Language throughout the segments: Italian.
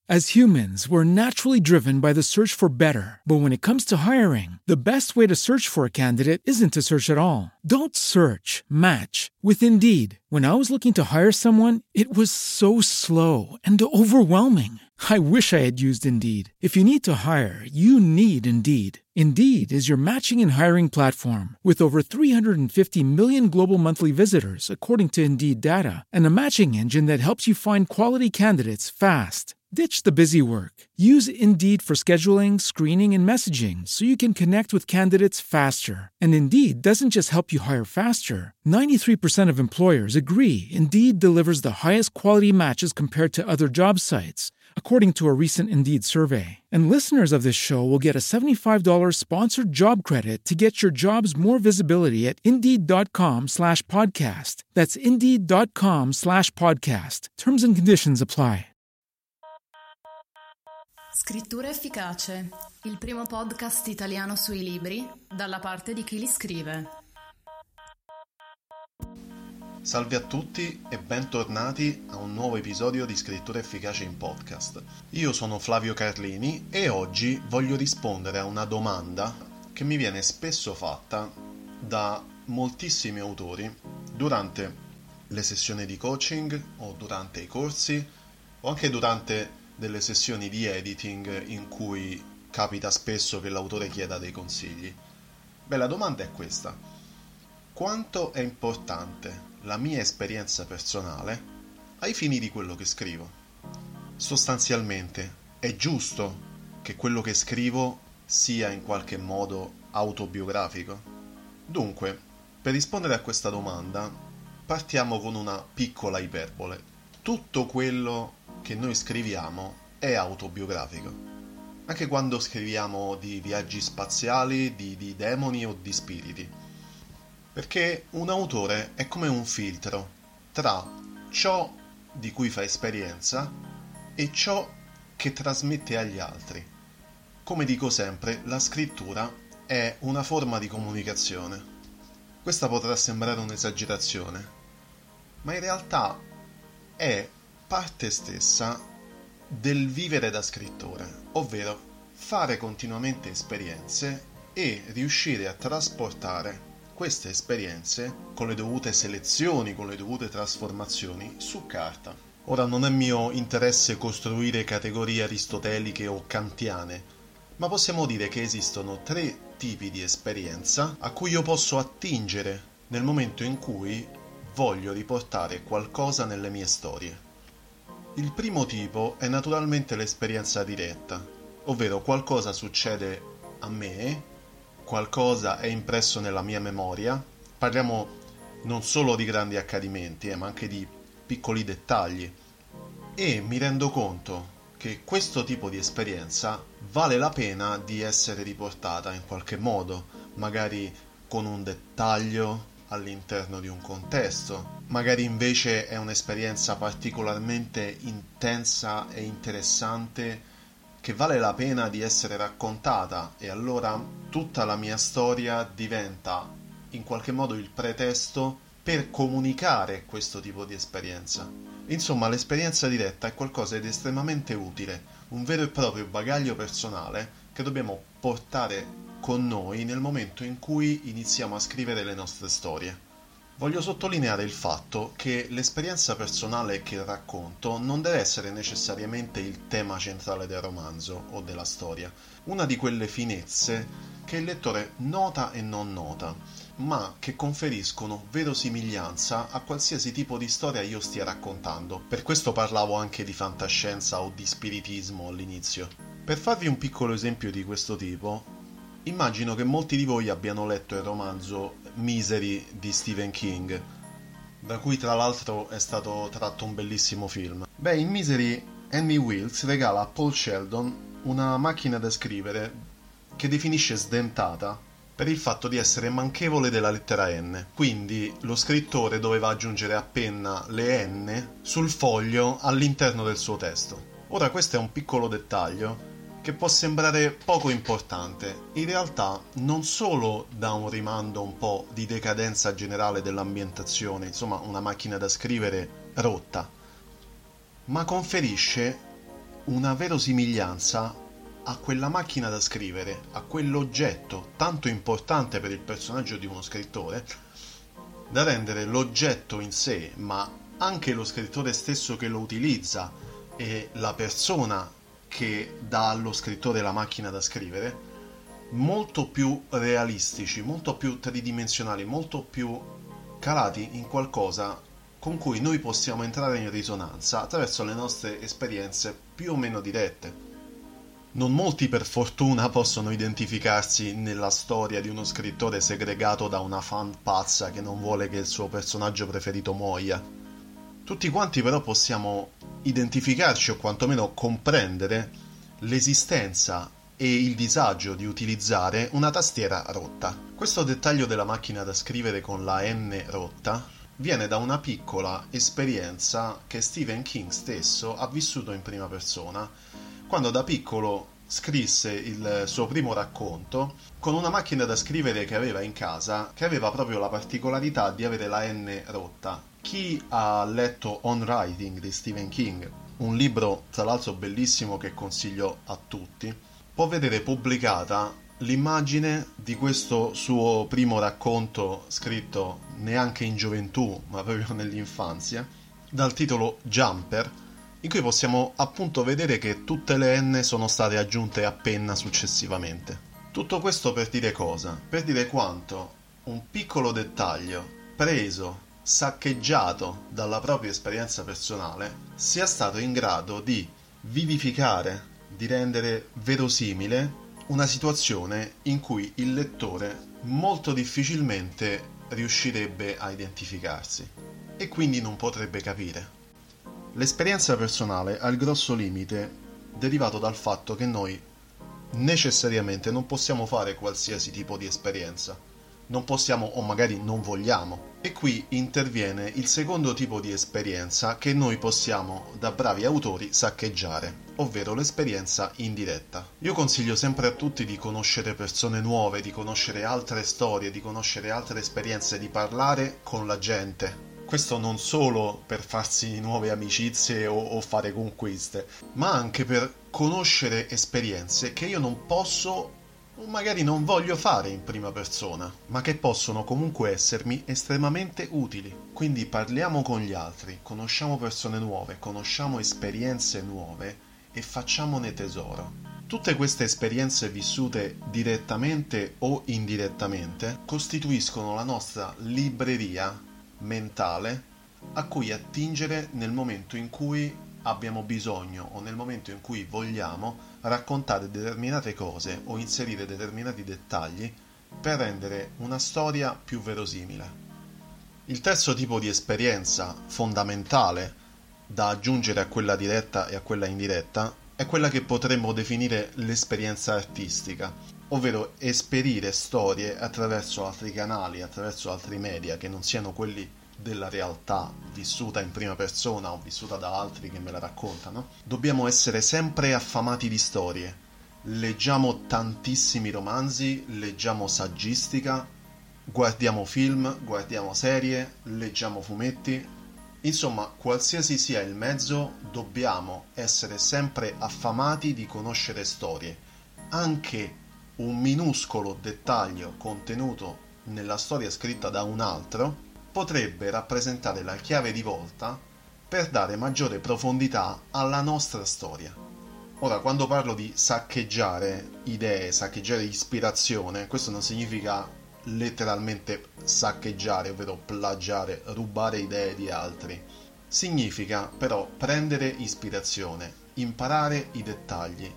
As humans, we're naturally driven by the search for better. But when it comes to hiring, the best way to search for a candidate isn't to search at all. Don't search, match with Indeed. When I was looking to hire someone, it was so slow and overwhelming. I wish I had used Indeed. If you need to hire, you need Indeed. Indeed is your matching and hiring platform with over 350 million global monthly visitors, according to Indeed data, and a matching engine that helps you find quality candidates fast. Ditch the busy work. Use Indeed for scheduling, screening, and messaging so you can connect with candidates faster. And Indeed doesn't just help you hire faster. 93% of employers agree Indeed delivers the highest quality matches compared to other job sites, according to a recent Indeed survey. And listeners of this show will get a $75 sponsored job credit to get your jobs more visibility at Indeed.com/podcast. That's Indeed.com/podcast. Terms and conditions apply. Scrittura efficace, il primo podcast italiano sui libri, dalla parte di chi li scrive. Salve a tutti e bentornati a un nuovo episodio di Scrittura efficace in podcast. Io sono Flavio Carlini e oggi voglio rispondere a una domanda che mi viene spesso fatta da moltissimi autori durante le sessioni di coaching o durante i corsi o anche durante delle sessioni di editing in cui capita spesso che l'autore chieda dei consigli. La domanda è questa: quanto è importante la mia esperienza personale ai fini di quello che scrivo? Sostanzialmente, è giusto che quello che scrivo sia in qualche modo autobiografico? Dunque, per rispondere a questa domanda, partiamo con una piccola iperbole. Tutto quello che noi scriviamo è autobiografico. Anche quando scriviamo di viaggi spaziali, di demoni o di spiriti. Perché un autore è come un filtro tra ciò di cui fa esperienza e ciò che trasmette agli altri. Come dico sempre, la scrittura è una forma di comunicazione. Questa potrà sembrare un'esagerazione, ma in realtà è parte stessa del vivere da scrittore, ovvero fare continuamente esperienze e riuscire a trasportare queste esperienze con le dovute selezioni, con le dovute trasformazioni su carta. Ora non è mio interesse costruire categorie aristoteliche o kantiane, ma possiamo dire che esistono 3 tipi di esperienza a cui io posso attingere nel momento in cui voglio riportare qualcosa nelle mie storie. Il primo tipo è naturalmente l'esperienza diretta, ovvero qualcosa succede a me, qualcosa è impresso nella mia memoria, parliamo non solo di grandi accadimenti, ma anche di piccoli dettagli, e mi rendo conto che questo tipo di esperienza vale la pena di essere riportata in qualche modo, magari con un dettaglio all'interno di un contesto, magari invece è un'esperienza particolarmente intensa e interessante che vale la pena di essere raccontata, e allora tutta la mia storia diventa in qualche modo il pretesto per comunicare questo tipo di esperienza. Insomma, l'esperienza diretta è qualcosa di estremamente utile, un vero e proprio bagaglio personale che dobbiamo portare con noi nel momento in cui iniziamo a scrivere le nostre storie. Voglio sottolineare il fatto che l'esperienza personale che racconto non deve essere necessariamente il tema centrale del romanzo o della storia, una di quelle finezze che il lettore nota e non nota, ma che conferiscono verosimiglianza a qualsiasi tipo di storia io stia raccontando. Per questo parlavo anche di fantascienza o di spiritismo all'inizio. Per farvi un piccolo esempio di questo tipo, immagino che molti di voi abbiano letto il romanzo Misery di Stephen King, da cui tra l'altro è stato tratto un bellissimo film. In Misery Annie Wilkes regala a Paul Sheldon una macchina da scrivere che definisce sdentata per il fatto di essere manchevole della lettera N. Quindi lo scrittore doveva aggiungere a penna le N sul foglio all'interno del suo testo. Ora questo è un piccolo dettaglio che può sembrare poco importante, in realtà non solo dà un rimando un po' di decadenza generale dell'ambientazione, insomma una macchina da scrivere rotta, ma conferisce una verosimiglianza a quella macchina da scrivere, a quell'oggetto tanto importante per il personaggio di uno scrittore, da rendere l'oggetto in sé, ma anche lo scrittore stesso che lo utilizza e la persona che dà allo scrittore la macchina da scrivere, molto più realistici, molto più tridimensionali, molto più calati in qualcosa con cui noi possiamo entrare in risonanza attraverso le nostre esperienze più o meno dirette. Non molti per fortuna possono identificarsi nella storia di uno scrittore segregato da una fan pazza che non vuole che il suo personaggio preferito muoia. Tutti quanti però possiamo identificarci o quantomeno comprendere l'esistenza e il disagio di utilizzare una tastiera rotta. Questo dettaglio della macchina da scrivere con la N rotta viene da una piccola esperienza che Stephen King stesso ha vissuto in prima persona, quando da piccolo scrisse il suo primo racconto con una macchina da scrivere che aveva in casa, che aveva proprio la particolarità di avere la N rotta. Chi ha letto On Writing di Stephen King, un libro tra l'altro bellissimo che consiglio a tutti, può vedere pubblicata l'immagine di questo suo primo racconto scritto neanche in gioventù, ma proprio nell'infanzia, dal titolo Jumper, in cui possiamo appunto vedere che tutte le N sono state aggiunte a penna successivamente. Tutto questo per dire cosa? Per dire quanto un piccolo dettaglio preso, saccheggiato dalla propria esperienza personale, sia stato in grado di vivificare, di rendere verosimile una situazione in cui il lettore molto difficilmente riuscirebbe a identificarsi e quindi non potrebbe capire. L'esperienza personale ha il grosso limite derivato dal fatto che noi necessariamente non possiamo fare qualsiasi tipo di esperienza, non possiamo o magari non vogliamo, e qui interviene il secondo tipo di esperienza che noi possiamo da bravi autori saccheggiare, ovvero l'esperienza indiretta. Io consiglio sempre a tutti di conoscere persone nuove, di conoscere altre storie, di conoscere altre esperienze, di parlare con la gente. Questo non solo per farsi nuove amicizie o fare conquiste, ma anche per conoscere esperienze che io non posso o magari non voglio fare in prima persona, ma che possono comunque essermi estremamente utili. Quindi parliamo con gli altri, conosciamo persone nuove, conosciamo esperienze nuove e facciamone tesoro. Tutte queste esperienze vissute direttamente o indirettamente costituiscono la nostra libreria mentale a cui attingere nel momento in cui abbiamo bisogno o nel momento in cui vogliamo raccontare determinate cose o inserire determinati dettagli per rendere una storia più verosimile. Il terzo tipo di esperienza fondamentale da aggiungere a quella diretta e a quella indiretta è quella che potremmo definire l'esperienza artistica, ovvero esperire storie attraverso altri canali, attraverso altri media che non siano quelli della realtà vissuta in prima persona o vissuta da altri che me la raccontano. Dobbiamo essere sempre affamati di storie. Leggiamo tantissimi romanzi, leggiamo saggistica, guardiamo film, guardiamo serie, leggiamo fumetti. Insomma, qualsiasi sia il mezzo, dobbiamo essere sempre affamati di conoscere storie. Anche un minuscolo dettaglio contenuto nella storia scritta da un altro potrebbe rappresentare la chiave di volta per dare maggiore profondità alla nostra storia. Ora, quando parlo di saccheggiare idee, saccheggiare ispirazione, questo non significa letteralmente saccheggiare, ovvero plagiare, rubare idee di altri. Significa però prendere ispirazione, imparare i dettagli,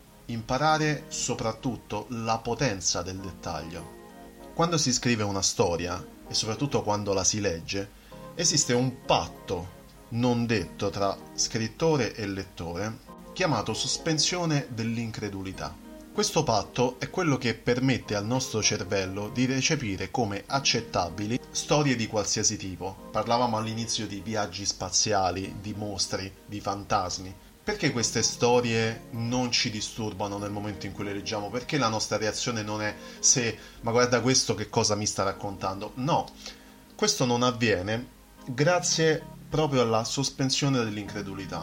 imparare soprattutto la potenza del dettaglio. Quando si scrive una storia, e soprattutto quando la si legge, esiste un patto non detto tra scrittore e lettore chiamato sospensione dell'incredulità. Questo patto è quello che permette al nostro cervello di recepire come accettabili storie di qualsiasi tipo. Parlavamo all'inizio di viaggi spaziali, di mostri, di fantasmi. Perché queste storie non ci disturbano nel momento in cui le leggiamo? Perché la nostra reazione non è ma guarda questo che cosa mi sta raccontando? No, questo non avviene grazie proprio alla sospensione dell'incredulità.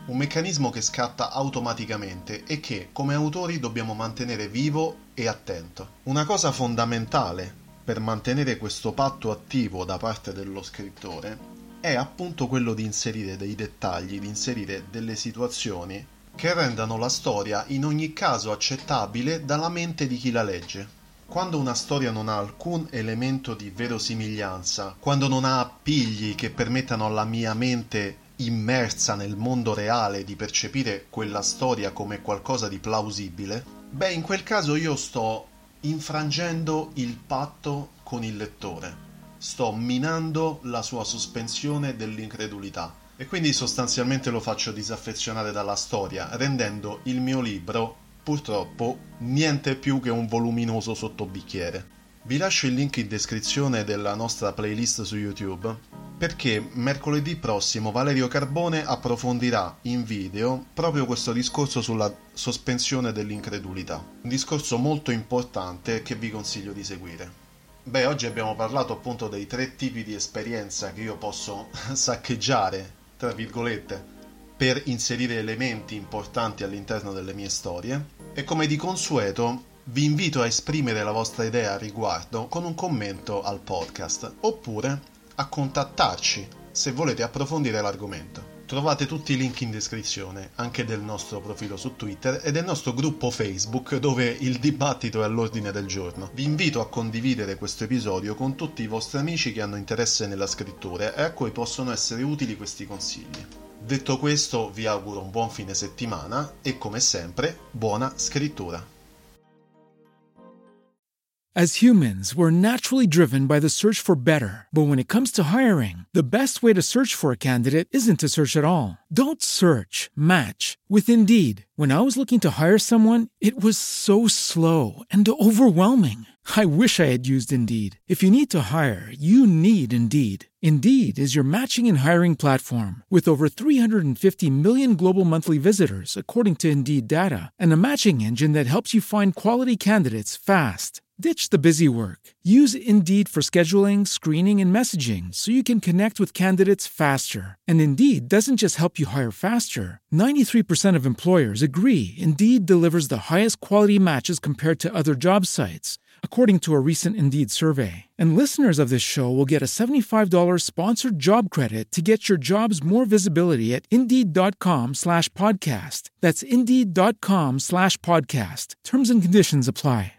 Un meccanismo che scatta automaticamente e che, come autori, dobbiamo mantenere vivo e attento. Una cosa fondamentale per mantenere questo patto attivo da parte dello scrittore è appunto quello di inserire dei dettagli, di inserire delle situazioni che rendano la storia in ogni caso accettabile dalla mente di chi la legge. Quando una storia non ha alcun elemento di verosimiglianza, quando non ha appigli che permettano alla mia mente immersa nel mondo reale di percepire quella storia come qualcosa di plausibile, beh, in quel caso io sto infrangendo il patto con il lettore, sto minando la sua sospensione dell'incredulità e quindi sostanzialmente lo faccio disaffezionare dalla storia, rendendo il mio libro purtroppo niente più che un voluminoso sottobicchiere. Vi lascio il link in descrizione della nostra playlist su YouTube perché mercoledì prossimo Valerio Carbone approfondirà in video proprio questo discorso sulla sospensione dell'incredulità. Un discorso molto importante che vi consiglio di seguire. Beh, oggi abbiamo parlato appunto dei 3 tipi di esperienza che io posso saccheggiare, tra virgolette, per inserire elementi importanti all'interno delle mie storie e come di consueto vi invito a esprimere la vostra idea a riguardo con un commento al podcast oppure a contattarci se volete approfondire l'argomento. Trovate tutti i link in descrizione, anche del nostro profilo su Twitter e del nostro gruppo Facebook dove il dibattito è all'ordine del giorno. Vi invito a condividere questo episodio con tutti i vostri amici che hanno interesse nella scrittura e a cui possono essere utili questi consigli. Detto questo, vi auguro un buon fine settimana e, come sempre, buona scrittura. As humans, we're naturally driven by the search for better. But when it comes to hiring, the best way to search for a candidate isn't to search at all. Don't search, match with Indeed. When I was looking to hire someone, it was so slow and overwhelming. I wish I had used Indeed. If you need to hire, you need Indeed. Indeed is your matching and hiring platform with over 350 million global monthly visitors, according to Indeed data, and a matching engine that helps you find quality candidates fast. Ditch the busy work. Use Indeed for scheduling, screening, and messaging so you can connect with candidates faster. And Indeed doesn't just help you hire faster. 93% of employers agree Indeed delivers the highest quality matches compared to other job sites, according to a recent Indeed survey. And listeners of this show will get a $75 sponsored job credit to get your jobs more visibility at Indeed.com/podcast. That's Indeed.com/podcast. Terms and conditions apply.